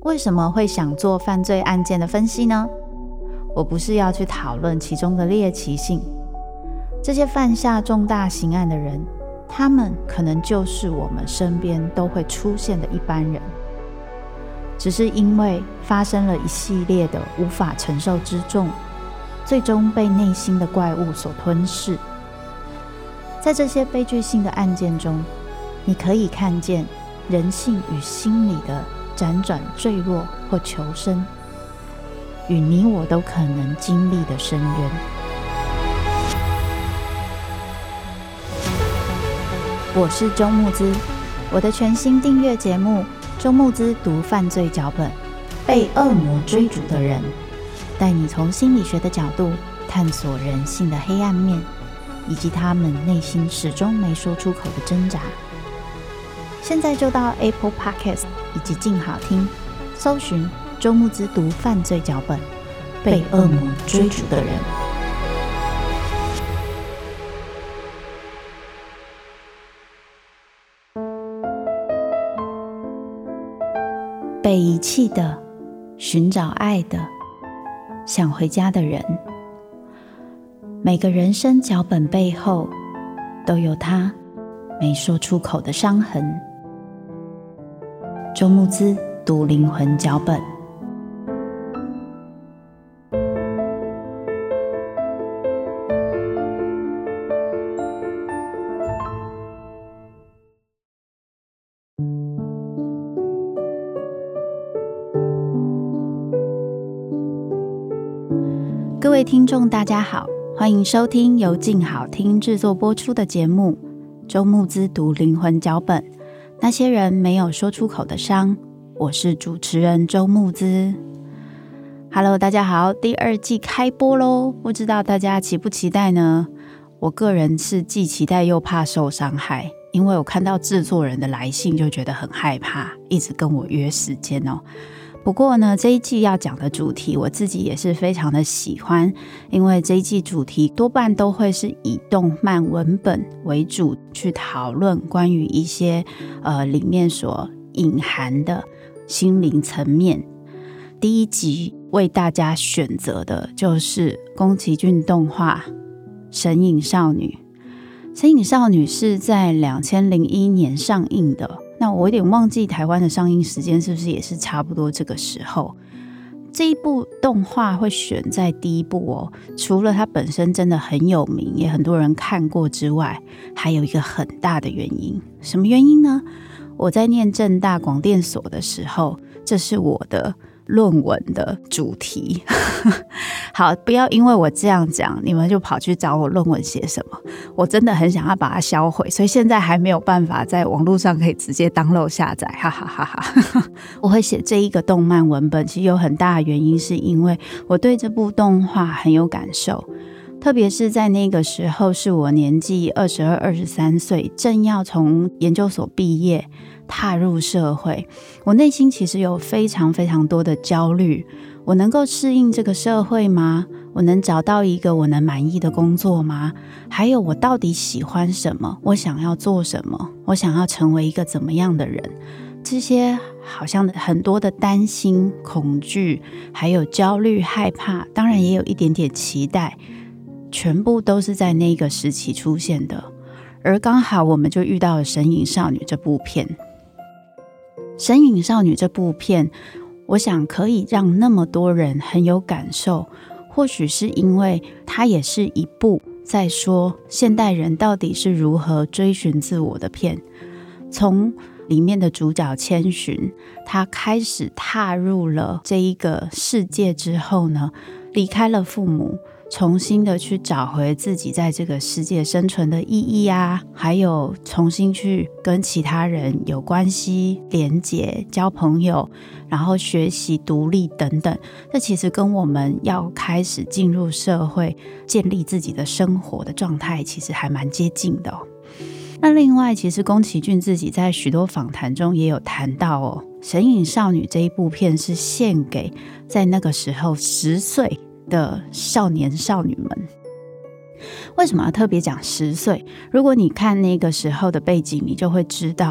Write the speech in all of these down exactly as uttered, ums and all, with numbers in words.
为什么会想做犯罪案件的分析呢？我不是要去讨论其中的猎奇性，这些犯下重大刑案的人，他们可能就是我们身边都会出现的一般人，只是因为发生了一系列的无法承受之重，最终被内心的怪物所吞噬。在这些悲剧性的案件中，你可以看见人性与心理的辗转坠落或求生，与你我都可能经历的深渊。我是周慕姿，我的全新订阅节目周慕姿读犯罪脚本，被恶魔追逐的人，带你从心理学的角度探索人性的黑暗面，以及他们内心始终没说出口的挣扎。现在就到 Apple Podcast 以及静好听搜寻周慕姿读犯罪脚本，被恶魔追逐的人。被遗弃的，寻找爱的，想回家的人。每个人生脚本背后都有他没说出口的伤痕。周慕姿读灵魂脚本。各位听众大家好，欢迎收听由静好听制作播出的节目周慕姿读灵魂脚本，那些人没有说出口的伤。我是主持人周慕姿。 Hello 大家好，第二季开播咯，不知道大家期不期待呢？我个人是既期待又怕受伤害，因为我看到制作人的来信就觉得很害怕，一直跟我约时间哦。不过呢，这一季要讲的主题我自己也是非常的喜欢，因为这一季主题多半都会是以动漫文本为主，去讨论关于一些呃里面所隐含的心灵层面。第一集为大家选择的就是宫崎骏动画《神隐少女》。《神隐少女》是在两千零一年上映的，那我有点忘记台湾的上映时间是不是也是差不多这个时候。这一部动画会选在第一部哦，除了它本身真的很有名，也很多人看过之外，还有一个很大的原因。什么原因呢？我在念政大广电所的时候，这是我的论文的主题。好，不要因为我这样讲你们就跑去找我论文写什么，我真的很想要把它销毁，所以现在还没有办法在网络上可以直接 download 下载，哈哈哈哈。我会写这一个动漫文本，其实有很大的原因是因为我对这部动画很有感受，特别是在那个时候是我年纪二十二、二十三岁，正要从研究所毕业踏入社会，我内心其实有非常非常多的焦虑。我能够适应这个社会吗？我能找到一个我能满意的工作吗？还有我到底喜欢什么？我想要做什么？我想要成为一个怎么样的人？这些好像很多的担心、恐惧，还有焦虑、害怕，当然也有一点点期待，全部都是在那个时期出现的。而刚好我们就遇到了《神隐少女》这部片。《神隐少女》这部片我想可以让那么多人很有感受，或许是因为它也是一部在说现代人到底是如何追寻自我的片。从里面的主角千寻，他开始踏入了这一个世界之后呢，离开了父母，重新的去找回自己在这个世界生存的意义啊，还有重新去跟其他人有关系、连结、交朋友，然后学习独立等等。这其实跟我们要开始进入社会、建立自己的生活的状态其实还蛮接近的哦。那另外，其实宫崎骏自己在许多访谈中也有谈到哦，《神隐少女》这一部片是献给在那个时候十岁的少年少女们。为什么要特别讲十岁？如果你看那个时候的背景，你就会知道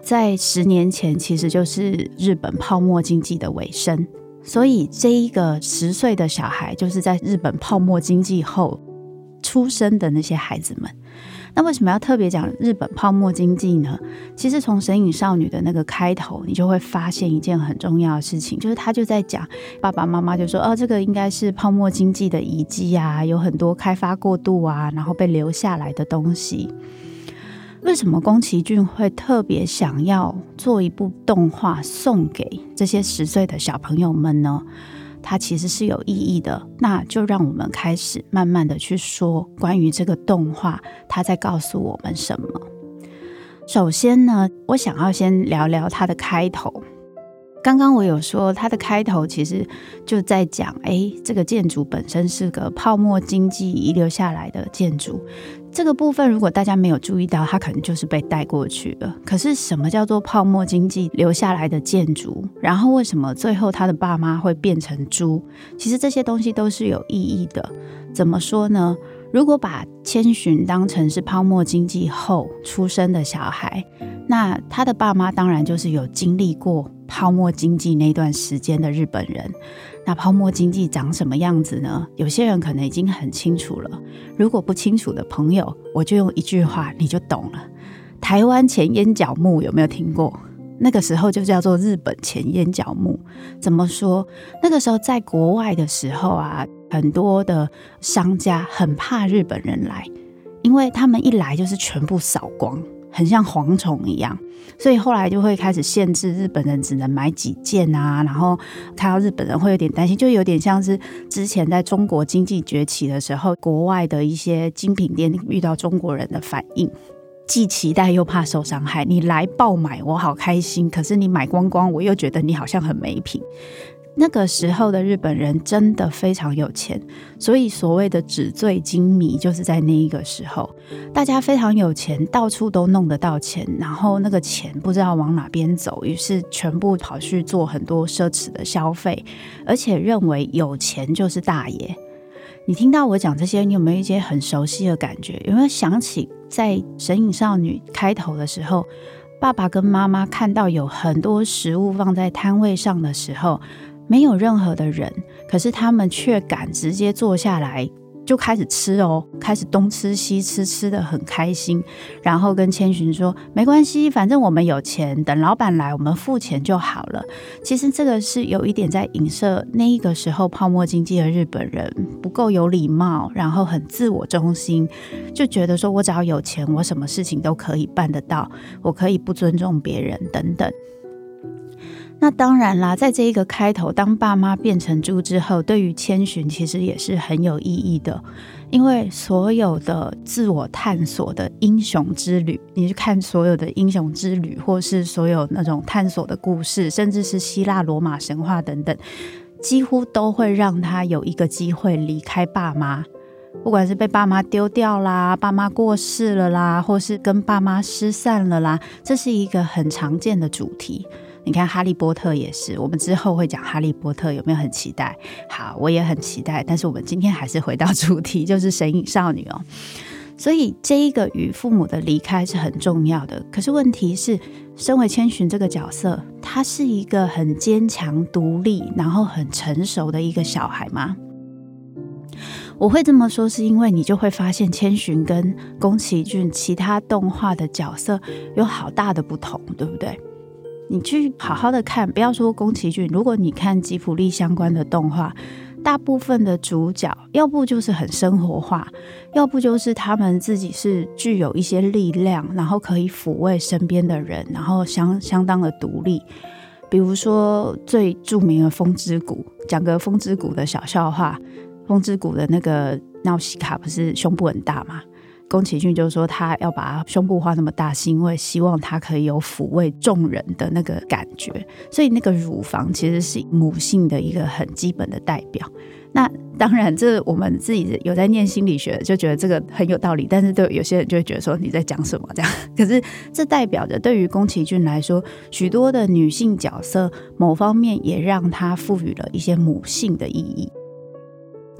在十年前其实就是日本泡沫经济的尾声，所以这一个十岁的小孩就是在日本泡沫经济后出生的那些孩子们。那为什么要特别讲日本泡沫经济呢？其实从神隐少女的那个开头，你就会发现一件很重要的事情，就是他就在讲爸爸妈妈就说哦，这个应该是泡沫经济的遗迹啊，有很多开发过度啊，然后被留下来的东西。为什么宫崎骏会特别想要做一部动画送给这些十岁的小朋友们呢？它其实是有意义的，那就让我们开始慢慢的去说关于这个动画它在告诉我们什么。首先呢，我想要先聊聊它的开头。刚刚我有说它的开头其实就在讲，哎，这个建筑本身是个泡沫经济遗留下来的建筑。这个部分如果大家没有注意到，它可能就是被带过去了。可是什么叫做泡沫经济留下来的建筑？然后为什么最后他的爸妈会变成猪？其实这些东西都是有意义的。怎么说呢？如果把千寻当成是泡沫经济后出生的小孩，那他的爸妈当然就是有经历过泡沫经济那段时间的日本人。那泡沫经济长什么样子呢？有些人可能已经很清楚了，如果不清楚的朋友，我就用一句话你就懂了。台湾前烟角木有没有听过？那个时候就叫做日本前烟角木。怎么说？那个时候在国外的时候啊，很多的商家很怕日本人来，因为他们一来就是全部扫光，很像蝗虫一样，所以后来就会开始限制日本人只能买几件啊，然后看到日本人会有点担心，就有点像是之前在中国经济崛起的时候，国外的一些精品店遇到中国人的反应，既期待又怕受伤害。你来爆买我好开心，可是你买光光我又觉得你好像很没品。那个时候的日本人真的非常有钱，所以所谓的纸醉金迷就是在那一个时候，大家非常有钱，到处都弄得到钱，然后那个钱不知道往哪边走，于是全部跑去做很多奢侈的消费，而且认为有钱就是大爷。你听到我讲这些，你有没有一些很熟悉的感觉？有没有想起在神隐少女开头的时候，爸爸跟妈妈看到有很多食物放在摊位上的时候，没有任何的人，可是他们却敢直接坐下来就开始吃哦，开始东吃西吃，吃得很开心，然后跟千寻说没关系，反正我们有钱，等老板来我们付钱就好了。其实这个是有一点在影射那一个时候泡沫经济的日本人不够有礼貌，然后很自我中心，就觉得说我只要有钱，我什么事情都可以办得到，我可以不尊重别人等等。那当然啦，在这一个开头，当爸妈变成猪之后，对于千寻其实也是很有意义的，因为所有的自我探索的英雄之旅，你去看所有的英雄之旅，或是所有那种探索的故事，甚至是希腊罗马神话等等，几乎都会让他有一个机会离开爸妈，不管是被爸妈丢掉啦，爸妈过世了啦，或是跟爸妈失散了啦，这是一个很常见的主题。你看哈利波特也是，我们之后会讲哈利波特，有没有很期待？好，我也很期待，但是我们今天还是回到主题，就是神隐少女哦。所以这一个与父母的离开是很重要的，可是问题是，身为千寻这个角色，他是一个很坚强独立然后很成熟的一个小孩吗？我会这么说是因为你就会发现千寻跟宫崎骏其他动画的角色有好大的不同，对不对？你去好好的看，不要说宫崎骏，如果你看吉卜力相关的动画，大部分的主角要不就是很生活化，要不就是他们自己是具有一些力量，然后可以抚慰身边的人，然后相相当的独立。比如说最著名的风之谷，讲个风之谷的小笑话，风之谷的那个闹西卡不是胸部很大吗？宫崎骏就说他要把胸部画那么大，是因为希望他可以有抚慰众人的那个感觉，所以那个乳房其实是母性的一个很基本的代表。那当然这我们自己有在念心理学就觉得这个很有道理，但是对有些人就会觉得说你在讲什么这样。可是这代表着对于宫崎骏来说，许多的女性角色某方面也让他赋予了一些母性的意义。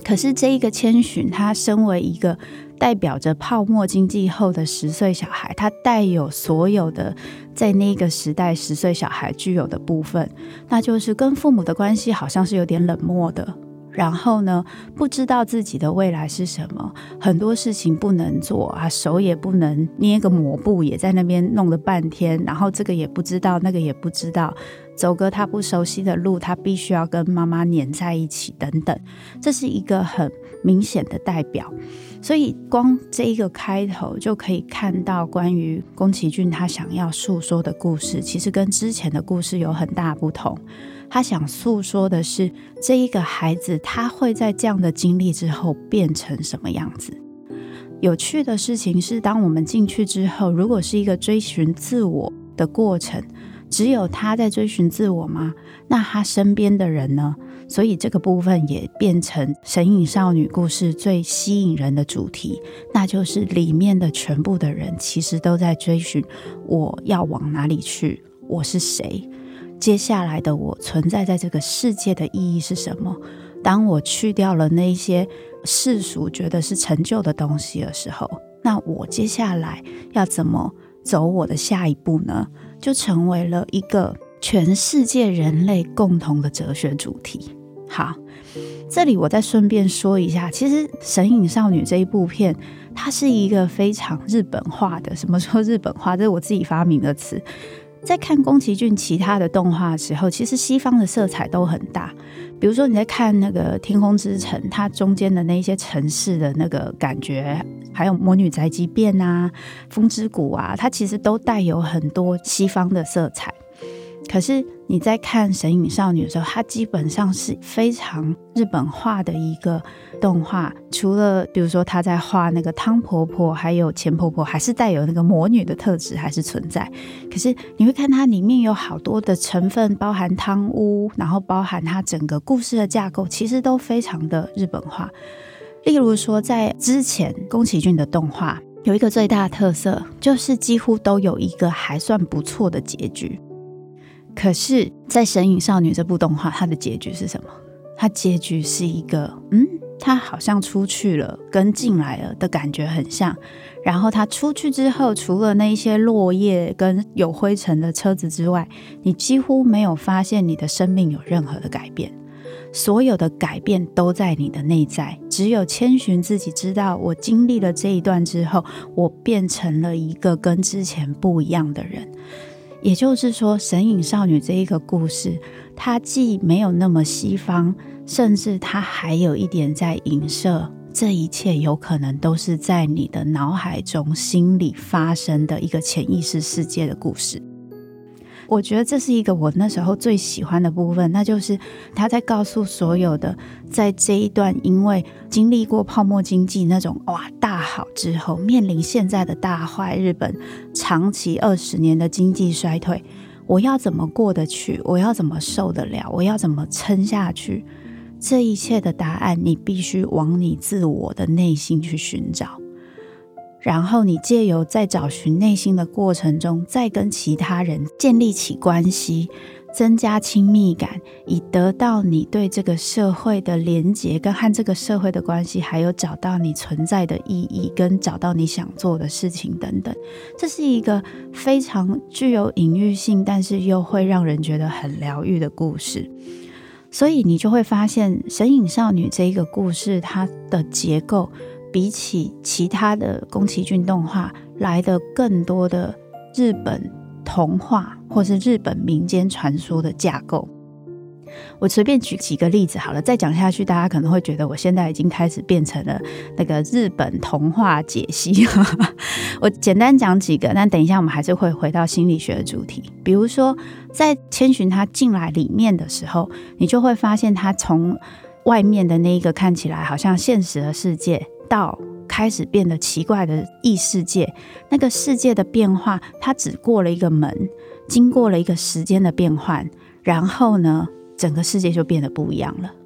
可是这一个千寻，他身为一个代表着泡沫经济后的十岁小孩，他带有所有的在那个时代十岁小孩具有的部分，那就是跟父母的关系好像是有点冷漠的，然后呢，不知道自己的未来是什么，很多事情不能做啊，手也不能捏个抹布，也在那边弄了半天，然后这个也不知道，那个也不知道，走个他不熟悉的路，他必须要跟妈妈黏在一起等等，这是一个很明显的代表。所以光这一个开头就可以看到关于宫崎骏他想要诉说的故事，其实跟之前的故事有很大不同。他想诉说的是这一个孩子他会在这样的经历之后变成什么样子。有趣的事情是，当我们进去之后，如果是一个追寻自我的过程，只有他在追寻自我吗？那他身边的人呢？所以这个部分也变成神隐少女故事最吸引人的主题，那就是里面的全部的人其实都在追寻我要往哪里去，我是谁，接下来的我存在在这个世界的意义是什么。当我去掉了那些世俗觉得是成就的东西的时候，那我接下来要怎么走我的下一步呢？就成为了一个全世界人类共同的哲学主题。好，这里我再顺便说一下，其实《神隐少女》这一部片，它是一个非常日本化的，什么说日本化？这是我自己发明的词。在看宫崎骏其他的动画的时候，其实西方的色彩都很大。比如说你在看那个《天空之城》，它中间的那些城市的那个感觉，还有《魔女宅急便》啊、《风之谷》啊，它其实都带有很多西方的色彩。可是你在看《神隐少女》的时候，它基本上是非常日本化的一个动画，除了比如说她在画那个汤婆婆还有钱婆婆，还是带有那个魔女的特质还是存在。可是你会看它里面有好多的成分，包含汤屋，然后包含它整个故事的架构，其实都非常的日本化。例如说在之前宫崎骏的动画有一个最大的特色，就是几乎都有一个还算不错的结局。可是在《神隐少女》这部动画，它的结局是什么？它结局是一个嗯，它好像出去了跟进来了的感觉很像，然后它出去之后，除了那些落叶跟有灰尘的车子之外，你几乎没有发现你的生命有任何的改变。所有的改变都在你的内在，只有千寻自己知道，我经历了这一段之后，我变成了一个跟之前不一样的人。也就是说，神隐少女这一个故事，它既没有那么西方，甚至它还有一点在影射这一切有可能都是在你的脑海中心里发生的一个潜意识世界的故事。我觉得这是一个我那时候最喜欢的部分，那就是他在告诉所有的在这一段因为经历过泡沫经济那种哇大好之后，面临现在的大坏，日本长期二十年的经济衰退，我要怎么过得去，我要怎么受得了，我要怎么撑下去，这一切的答案你必须往你自我的内心去寻找，然后你借由在找寻内心的过程中，再跟其他人建立起关系，增加亲密感，以得到你对这个社会的连结，跟和这个社会的关系，还有找到你存在的意义，跟找到你想做的事情等等。这是一个非常具有隐喻性，但是又会让人觉得很疗愈的故事。所以你就会发现《神隐少女》这一个故事，它的结构比起其他的宫崎骏动画来的更多的日本童话或是日本民间传说的架构。我随便举几个例子好了，再讲下去大家可能会觉得我现在已经开始变成了那个日本童话解析我简单讲几个，但等一下我们还是会回到心理学的主题。比如说在千寻他进来里面的时候，你就会发现他从外面的那一个看起来好像现实的世界，到开始变得奇怪的异世界，那个世界的变化它只过了一个门，经过了一个时间的变换，然后呢整个世界就变得不一样了。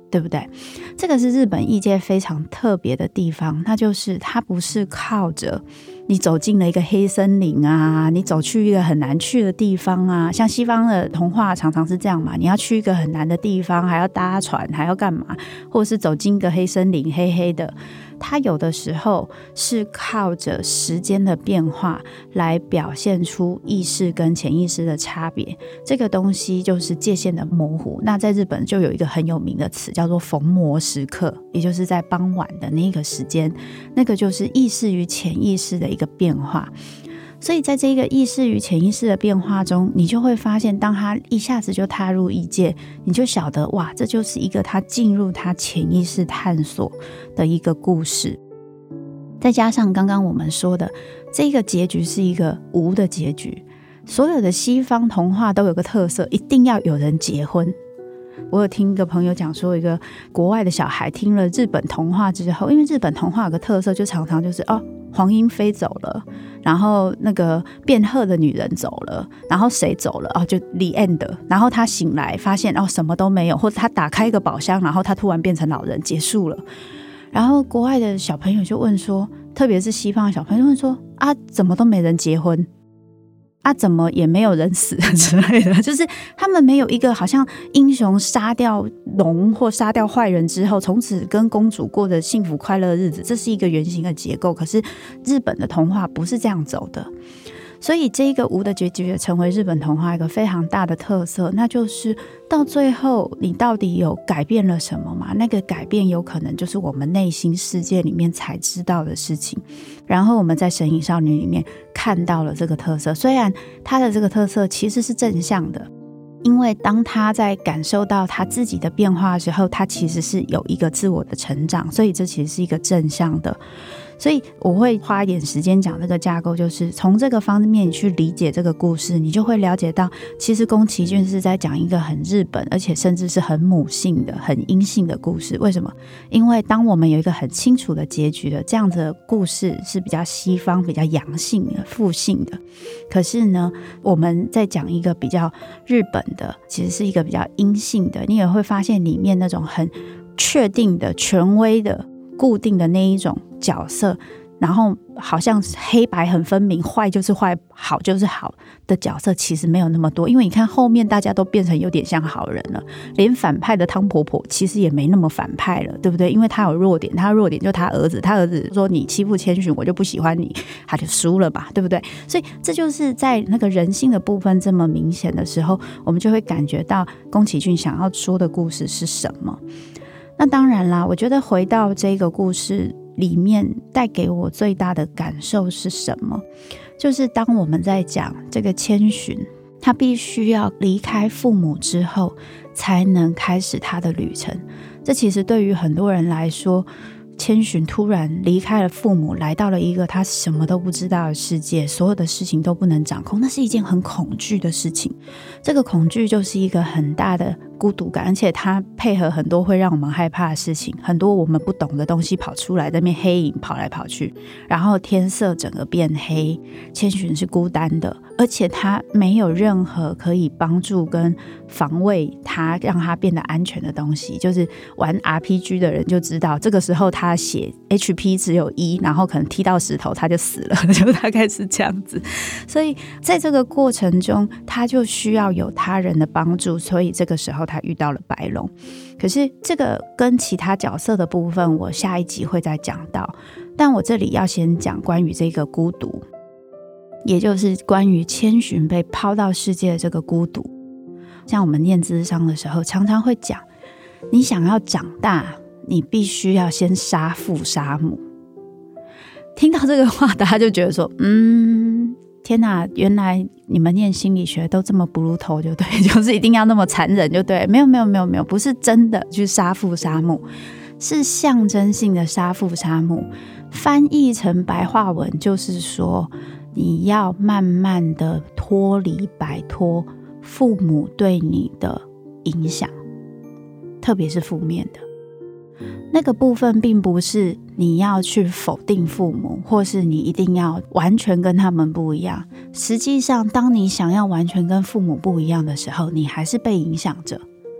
对不对？这个是日本艺界非常特别的地方，那就是它不是靠着你走进了一个黑森林啊，你走去一个很难去的地方啊，像西方的童话常常是这样嘛，你要去一个很难的地方，还要搭船，还要干嘛，或者是走进一个黑森林，黑黑的。它有的时候是靠着时间的变化来表现出意识跟潜意识的差别，这个东西就是界限的模糊。那在日本就有一个很有名的词叫做逢魔时刻，也就是在傍晚的那个时间，那个就是意识与潜意识的一个变化。所以在这个意识与潜意识的变化中，你就会发现当他一下子就踏入异界，你就晓得哇，这就是一个他进入他潜意识探索的一个故事。再加上刚刚我们说的这个结局是一个无的结局，所有的西方童话都有个特色，一定要有人结婚。我有听一个朋友讲说，一个国外的小孩听了日本童话之后，因为日本童话有个特色，就常常就是哦，黄莺飞走了，然后那个变鹤的女人走了，然后谁走了哦，就 the end， 然后他醒来发现哦什么都没有，或者他打开一个宝箱，然后他突然变成老人，结束了。然后国外的小朋友就问说，特别是西方的小朋友问说啊，怎么都没人结婚啊，怎么也没有人死之类的，就是他们没有一个好像英雄杀掉龙或杀掉坏人之后，从此跟公主过着幸福快乐的日子，这是一个原型的结构。可是日本的童话不是这样走的，所以这个无的结局成为日本童话一个非常大的特色，那就是到最后你到底有改变了什么吗？那个改变有可能就是我们内心世界里面才知道的事情。然后我们在神隐少女里面看到了这个特色，虽然它的这个特色其实是正向的，因为当他在感受到他自己的变化的时候，他其实是有一个自我的成长，所以这其实是一个正向的。所以我会花一点时间讲这个架构，就是从这个方面去理解这个故事，你就会了解到其实宫崎骏是在讲一个很日本而且甚至是很母性的很阴性的故事。为什么？因为当我们有一个很清楚的结局的这样子的故事是比较西方比较阳性的父性的，可是呢我们在讲一个比较日本的其实是一个比较阴性的，你也会发现里面那种很确定的权威的固定的那一种角色，然后好像黑白很分明，坏就是坏，好就是好的角色其实没有那么多。因为你看后面大家都变成有点像好人了，连反派的汤婆婆其实也没那么反派了，对不对？因为他有弱点，他的弱点就是他儿子，他儿子说你欺负千寻我就不喜欢你，他就输了吧，对不对？所以这就是在那个人性的部分这么明显的时候，我们就会感觉到宫崎骏想要说的故事是什么。那当然啦，我觉得回到这个故事里面带给我最大的感受是什么？就是当我们在讲这个千寻，他必须要离开父母之后才能开始他的旅程。这其实对于很多人来说，千寻突然离开了父母，来到了一个他什么都不知道的世界，所有的事情都不能掌控，那是一件很恐惧的事情。这个恐惧就是一个很大的孤独感，而且它配合很多会让我们害怕的事情，很多我们不懂的东西跑出来，在那边黑影跑来跑去，然后天色整个变黑，千寻是孤单的，而且他没有任何可以帮助跟防卫他让他变得安全的东西。就是玩 R P G 的人就知道，这个时候他血 H P 只有一，然后可能踢到石头他就死了，就大概是这样子。所以在这个过程中他就需要有他人的帮助，所以这个时候他遇到了白龙。可是这个跟其他角色的部分我下一集会再讲到，但我这里要先讲关于这个孤独，也就是关于千寻被抛到世界的这个孤独。像我们念諮商的时候常常会讲，你想要长大，你必须要先杀父杀母。听到这个话大家就觉得说，嗯，天哪，原来你们念心理学都这么不入头就对，就是一定要那么残忍就对。没有没有没有没有，不是真的去杀父杀母，是象征性的杀父杀母。翻译成白话文就是说，你要慢慢的脱离摆脱父母对你的影响，特别是负面的那个部分，并不是你要去否定父母，或是你一定要完全跟他们不一样。实际上当你想要完全跟父母不一样的时候，你还是被影响着，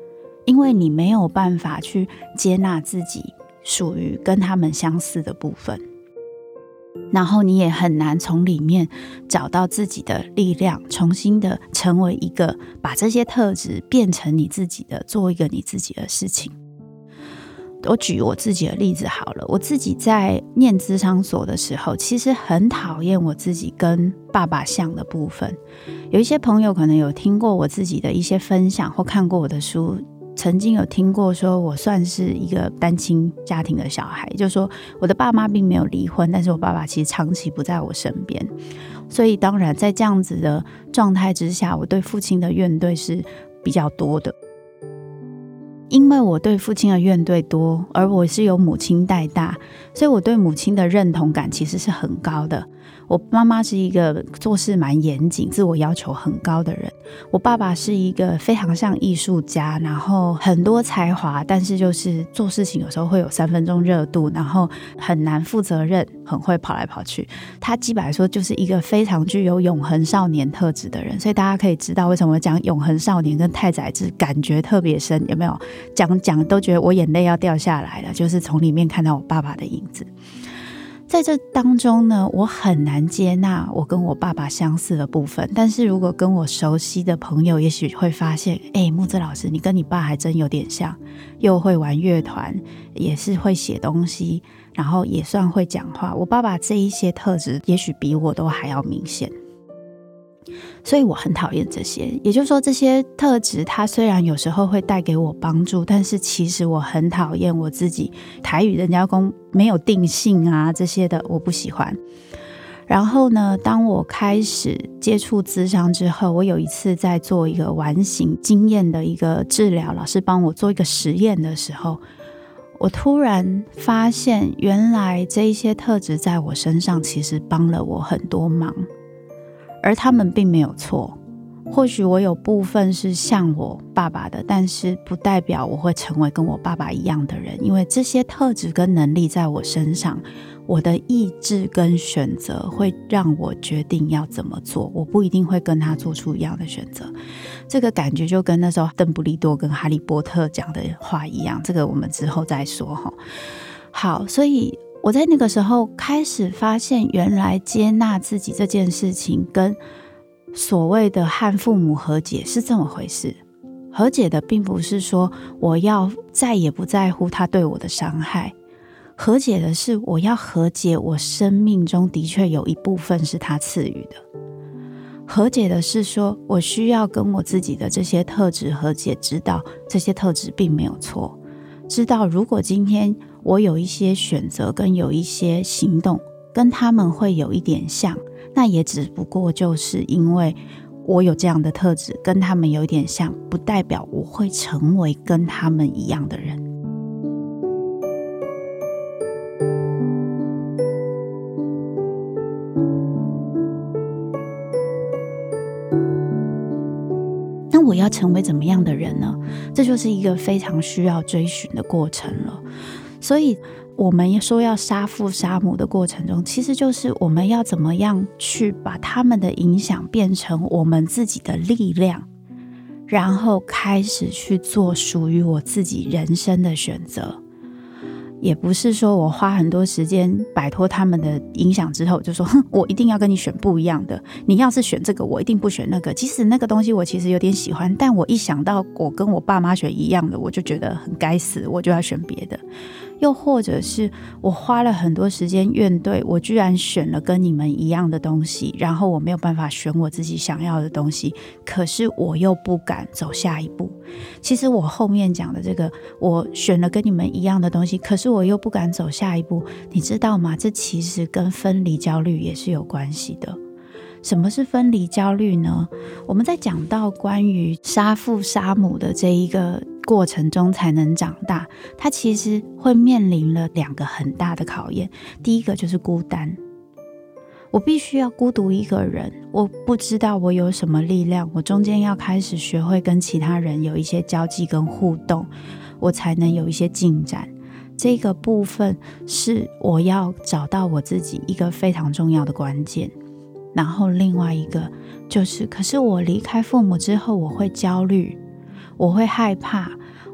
因为你没有办法去接纳自己属于跟他们相似的部分，然后你也很难从里面找到自己的力量，重新的成为一个把这些特质变成你自己的，做一个你自己的事情。我举我自己的例子好了，我自己在念諮商所的时候，其实很讨厌我自己跟爸爸像的部分。有一些朋友可能有听过我自己的一些分享，或看过我的书，曾经有听过说我算是一个单亲家庭的小孩，就是说我的爸妈并没有离婚，但是我爸爸其实长期不在我身边，所以当然在这样子的状态之下，我对父亲的怨怼是比较多的。因为我对父亲的怨怼多，而我是由母亲带大，所以我对母亲的认同感其实是很高的。我妈妈是一个做事蛮严谨、自我要求很高的人，我爸爸是一个非常像艺术家，然后很多才华，但是就是做事情有时候会有三分钟热度，然后很难负责任，很会跑来跑去。他基本来说就是一个非常具有永恒少年特质的人，所以大家可以知道为什么我讲永恒少年跟太宰治感觉特别深，有没有？讲讲都觉得我眼泪要掉下来了，就是从里面看到我爸爸的影子。在这当中呢，我很难接纳我跟我爸爸相似的部分，但是如果跟我熟悉的朋友也许会发现，哎，木子老师你跟你爸还真有点像，又会玩乐团，也是会写东西，然后也算会讲话，我爸爸这一些特质也许比我都还要明显，所以我很讨厌这些。也就是说，这些特质它虽然有时候会带给我帮助，但是其实我很讨厌我自己。台语人家说没有定性啊，这些的我不喜欢。然后呢，当我开始接触諮商之后，我有一次在做一个完形经验的一个治疗，老师帮我做一个实验的时候，我突然发现原来这一些特质在我身上其实帮了我很多忙，而他们并没有错。或许我有部分是像我爸爸的，但是不代表我会成为跟我爸爸一样的人，因为这些特质跟能力在我身上，我的意志跟选择会让我决定要怎么做，我不一定会跟他做出一样的选择。这个感觉就跟那时候邓布利多跟哈利波特讲的话一样，这个我们之后再说。好，所以我在那个时候开始发现，原来接纳自己这件事情跟所谓的和父母和解是这么回事。和解的并不是说我要再也不在乎他对我的伤害，和解的是我要和解我生命中的确有一部分是他赐予的。和解的是说我需要跟我自己的这些特质和解，知道这些特质并没有错，知道如果今天我有一些选择跟有一些行动跟他们会有一点像，那也只不过就是因为我有这样的特质跟他们有一点像，不代表我会成为跟他们一样的人。那我要成为怎么样的人呢？这就是一个非常需要追寻的过程了。所以我们说要杀父杀母的过程中，其实就是我们要怎么样去把他们的影响变成我们自己的力量，然后开始去做属于我自己人生的选择。也不是说我花很多时间摆脱他们的影响之后就说，哼，我一定要跟你选不一样的，你要是选这个我一定不选那个，即使那个东西我其实有点喜欢，但我一想到我跟我爸妈选一样的，我就觉得很该死，我就要选别的。又或者是我花了很多时间怨怼，我居然选了跟你们一样的东西，然后我没有办法选我自己想要的东西，可是我又不敢走下一步。其实我后面讲的这个，我选了跟你们一样的东西，可是我又不敢走下一步，你知道吗？这其实跟分离焦虑也是有关系的。什么是分离焦虑呢？我们在讲到关于杀父杀母的这一个过程中才能长大，它其实会面临了两个很大的考验。第一个就是孤单，我必须要孤独一个人，我不知道我有什么力量，我中间要开始学会跟其他人有一些交际跟互动，我才能有一些进展。这个部分是我要找到我自己一个非常重要的关键。然后另外一个就是，可是我离开父母之后，我会焦虑，我会害怕，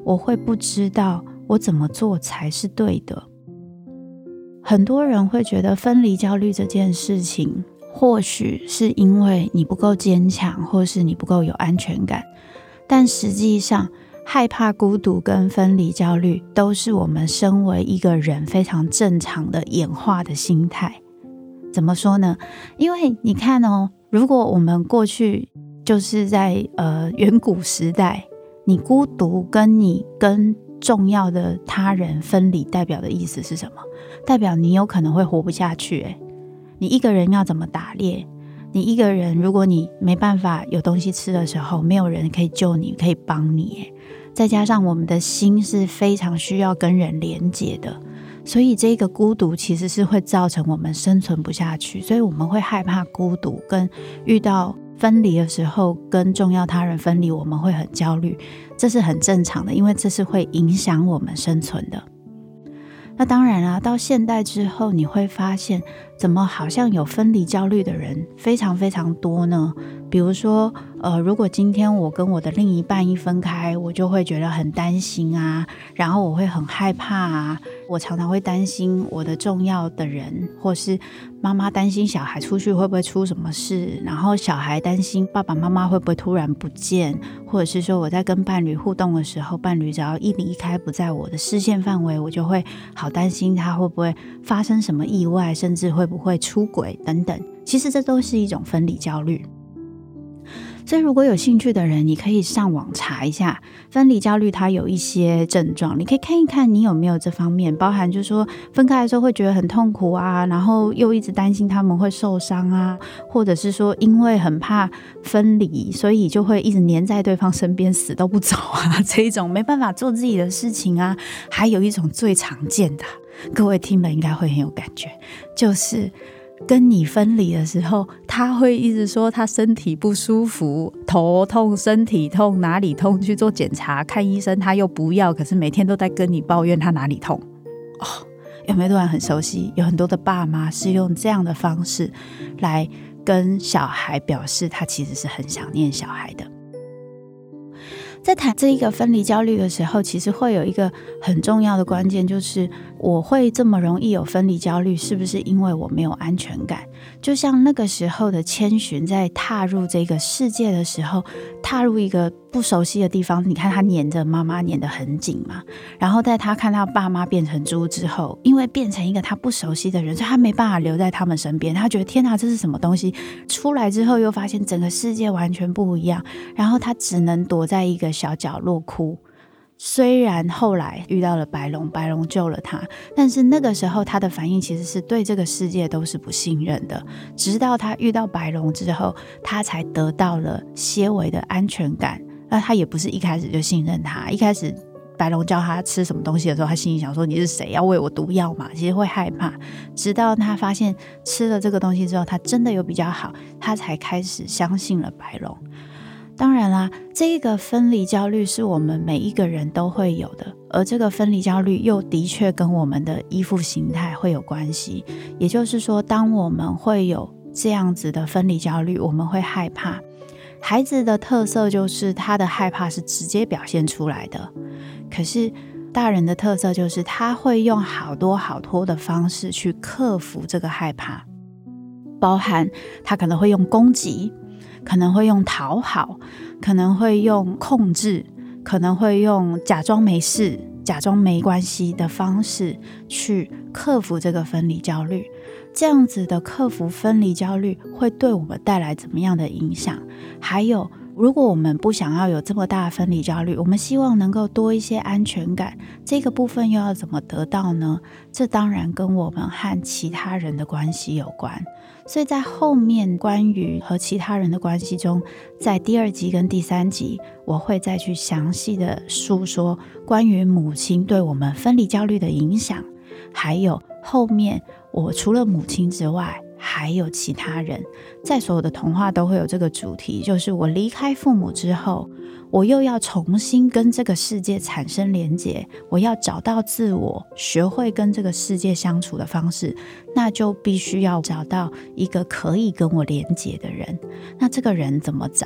我会不知道我怎么做才是对的。很多人会觉得分离焦虑这件事情，或许是因为你不够坚强，或是你不够有安全感，但实际上害怕孤独跟分离焦虑都是我们身为一个人非常正常的演化的心态。怎么说呢？因为你看哦，如果我们过去就是在呃远古时代，你孤独跟你跟重要的他人分离代表的意思是什么？代表你有可能会活不下去。诶，你一个人要怎么打猎？你一个人如果你没办法有东西吃的时候，没有人可以救你，可以帮你。诶，再加上我们的心是非常需要跟人连结的，所以这个孤独其实是会造成我们生存不下去，所以我们会害怕孤独，跟遇到分离的时候跟重要他人分离，我们会很焦虑，这是很正常的，因为这是会影响我们生存的。那当然啊，到现代之后，你会发现怎么好像有分离焦虑的人非常非常多呢？比如说呃，如果今天我跟我的另一半一分开，我就会觉得很担心啊，然后我会很害怕啊，我常常会担心我的重要的人，或是妈妈担心小孩出去会不会出什么事，然后小孩担心爸爸妈妈会不会突然不见，或者是说我在跟伴侣互动的时候，伴侣只要一离开不在我的视线范围，我就会好担心他会不会发生什么意外，甚至会不会出轨等等。其实这都是一种分离焦虑。所以如果有兴趣的人，你可以上网查一下分离焦虑，它有一些症状，你可以看一看你有没有这方面，包含就是说分开的时候会觉得很痛苦啊，然后又一直担心他们会受伤啊，或者是说因为很怕分离，所以就会一直黏在对方身边死都不走啊，这一种没办法做自己的事情啊。还有一种最常见的，各位听了应该会很有感觉，就是跟你分离的时候，他会一直说他身体不舒服，头痛、身体痛，哪里痛去做检查看医生他又不要，可是每天都在跟你抱怨他哪里痛。哦，有没有突然很熟悉？有很多的爸妈是用这样的方式来跟小孩表示他其实是很想念小孩的。在谈这一个分离焦虑的时候，其实会有一个很重要的关键，就是我会这么容易有分离焦虑，是不是因为我没有安全感？就像那个时候的千寻在踏入这个世界的时候，踏入一个不熟悉的地方，你看他黏着妈妈黏得很紧嘛，然后在他看到爸妈变成猪之后，因为变成一个他不熟悉的人，所以他没办法留在他们身边，他觉得天哪，这是什么东西？出来之后又发现整个世界完全不一样，然后他只能躲在一个小角落哭。虽然后来遇到了白龙，白龙救了他，但是那个时候他的反应其实是对这个世界都是不信任的，直到他遇到白龙之后，他才得到了些微的安全感。那他也不是一开始就信任他，一开始白龙叫他吃什么东西的时候，他心里想说你是谁，要喂我毒药嘛，其实会害怕。直到他发现吃了这个东西之后，他真的有比较好，他才开始相信了白龙。当然啦，这个分离焦虑是我们每一个人都会有的，而这个分离焦虑又的确跟我们的依附形态会有关系。也就是说，当我们会有这样子的分离焦虑，我们会害怕。孩子的特色就是他的害怕是直接表现出来的，可是大人的特色就是他会用好多好多的方式去克服这个害怕，包含他可能会用攻击，可能会用讨好，可能会用控制，可能会用假装没事、假装没关系的方式去克服这个分离焦虑。这样子的克服分离焦虑会对我们带来怎么样的影响？还有，如果我们不想要有这么大的分离焦虑，我们希望能够多一些安全感，这个部分又要怎么得到呢？这当然跟我们和其他人的关系有关。所以在后面关于和其他人的关系中，在第二集跟第三集，我会再去详细的述说关于母亲对我们分离焦虑的影响，还有后面我除了母亲之外还有其他人。在所有的童话都会有这个主题，就是我离开父母之后，我又要重新跟这个世界产生连结，我要找到自我，学会跟这个世界相处的方式，那就必须要找到一个可以跟我连结的人。那这个人怎么找？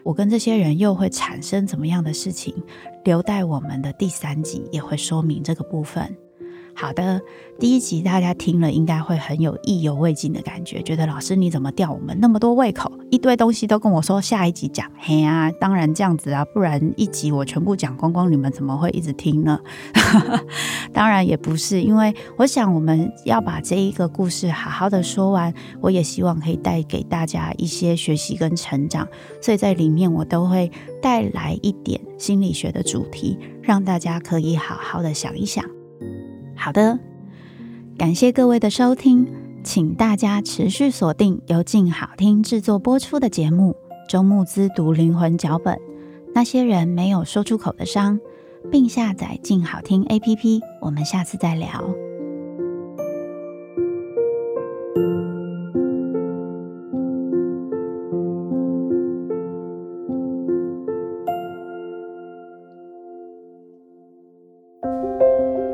我跟这些人又会产生怎么样的事情，留待我们的第三集也会说明这个部分。好的，第一集大家听了应该会很有意犹未尽的感觉，觉得老师你怎么吊我们那么多胃口，一堆东西都跟我说下一集讲。嘿啊，当然这样子啊，不然一集我全部讲光光，你们怎么会一直听呢？当然也不是，因为我想我们要把这一个故事好好的说完，我也希望可以带给大家一些学习跟成长，所以在里面我都会带来一点心理学的主题，让大家可以好好的想一想。好的，感谢各位的收听，请大家持续锁定由静好听制作播出的节目《周慕姿读灵魂脚本》，那些人没有说出口的伤，并下载静好听 A P P。我们下次再聊。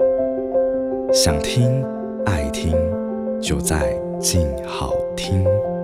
想听爱听，就在静好听。